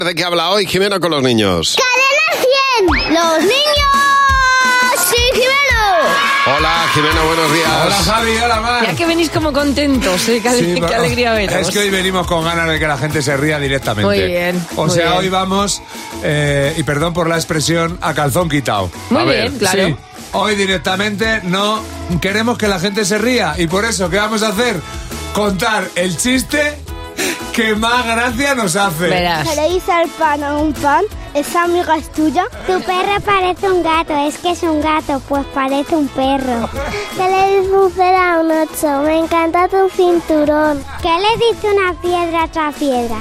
¿De qué habla hoy Jimeno con los niños? ¡Cadena 100! ¡Los niños! ¡Sí, Jimeno! Hola Jimeno, buenos días. Hola Javi, hola Mar. Ya que venís como contentos, ¿eh? Qué alegría veros. Es que hoy venimos con ganas de que la gente se ría directamente. Muy bien. O muy sea, bien. hoy vamos, y perdón por la expresión, a calzón quitado. Muy A ver, bien, claro. sí. Hoy directamente no queremos que la gente se ría y por eso, ¿qué vamos a hacer? Contar el chiste que más gracia nos hace. Verás. ¿Qué le dice al pan a un pan? ¿Esa amiga es tuya? Tu perro parece un gato, es que es un gato, pues parece un perro. ¿Qué le dice un 0 a un 8? Me encanta tu cinturón. ¿Qué le dice una piedra a otra piedra?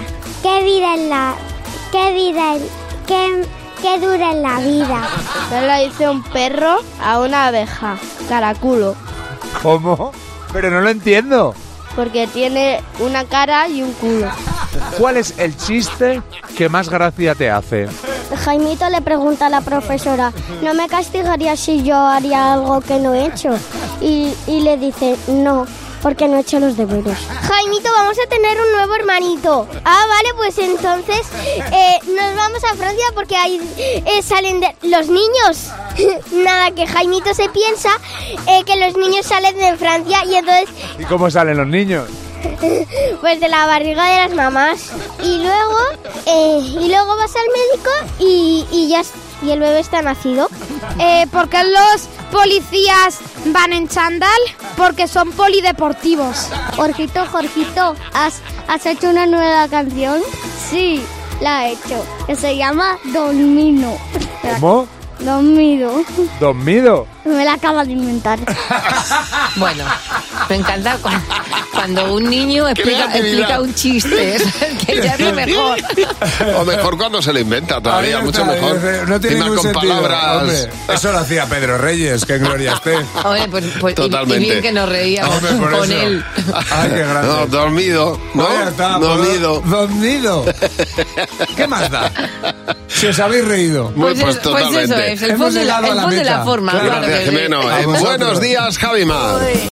¿Qué dura en la vida? ¿Qué le dice un perro a una abeja? Caraculo. ¿Cómo? Pero no lo entiendo. Porque tiene una cara y un culo. ¿Cuál es el chiste que más gracia te hace? Jaimito le pregunta a la profesora, ¿no me castigaría si yo haría algo que no he hecho? Y le dice, no, porque no he hecho los deberes. Jaimito, vamos a tener un nuevo hermanito. Ah, vale, pues entonces nos vamos a Francia porque ahí salen los niños. Nada, que Jaimito se piensa que los niños salen de Francia y entonces ¿Y cómo salen los niños? pues de la barriga de las mamás. Y luego vas al médico y el bebé está nacido. ¿Por qué los policías van en chándal? Porque son polideportivos. Jorgito, ¿has hecho una nueva canción? Sí, la he hecho, que se llama Dormido. ¿Cómo? Dormido. ¿Dormido? Me la acabo de inventar. Bueno, me encanta cuando un niño explica un chiste, que ya es lo mejor. O mejor cuando se lo inventa todavía, Ahí mucho está, mejor. No tiene Encima ningún con sentido. palabras. Hombre, eso lo hacía Pedro Reyes, que en gloria esté. Oye, pues Totalmente. y bien que nos reíamos Hombre, por con eso. él. Ay, qué grande. No, dormido, ¿no? Ahí está, Dormido. Dormido. ¿Qué más da? Si os habéis reído. Pues Pues eso totalmente. es, el Hemos fondo de llegado a la la meta. forma. Claro. claro Gracias que- Jimeno. A vosotros. Buenos días Javimar.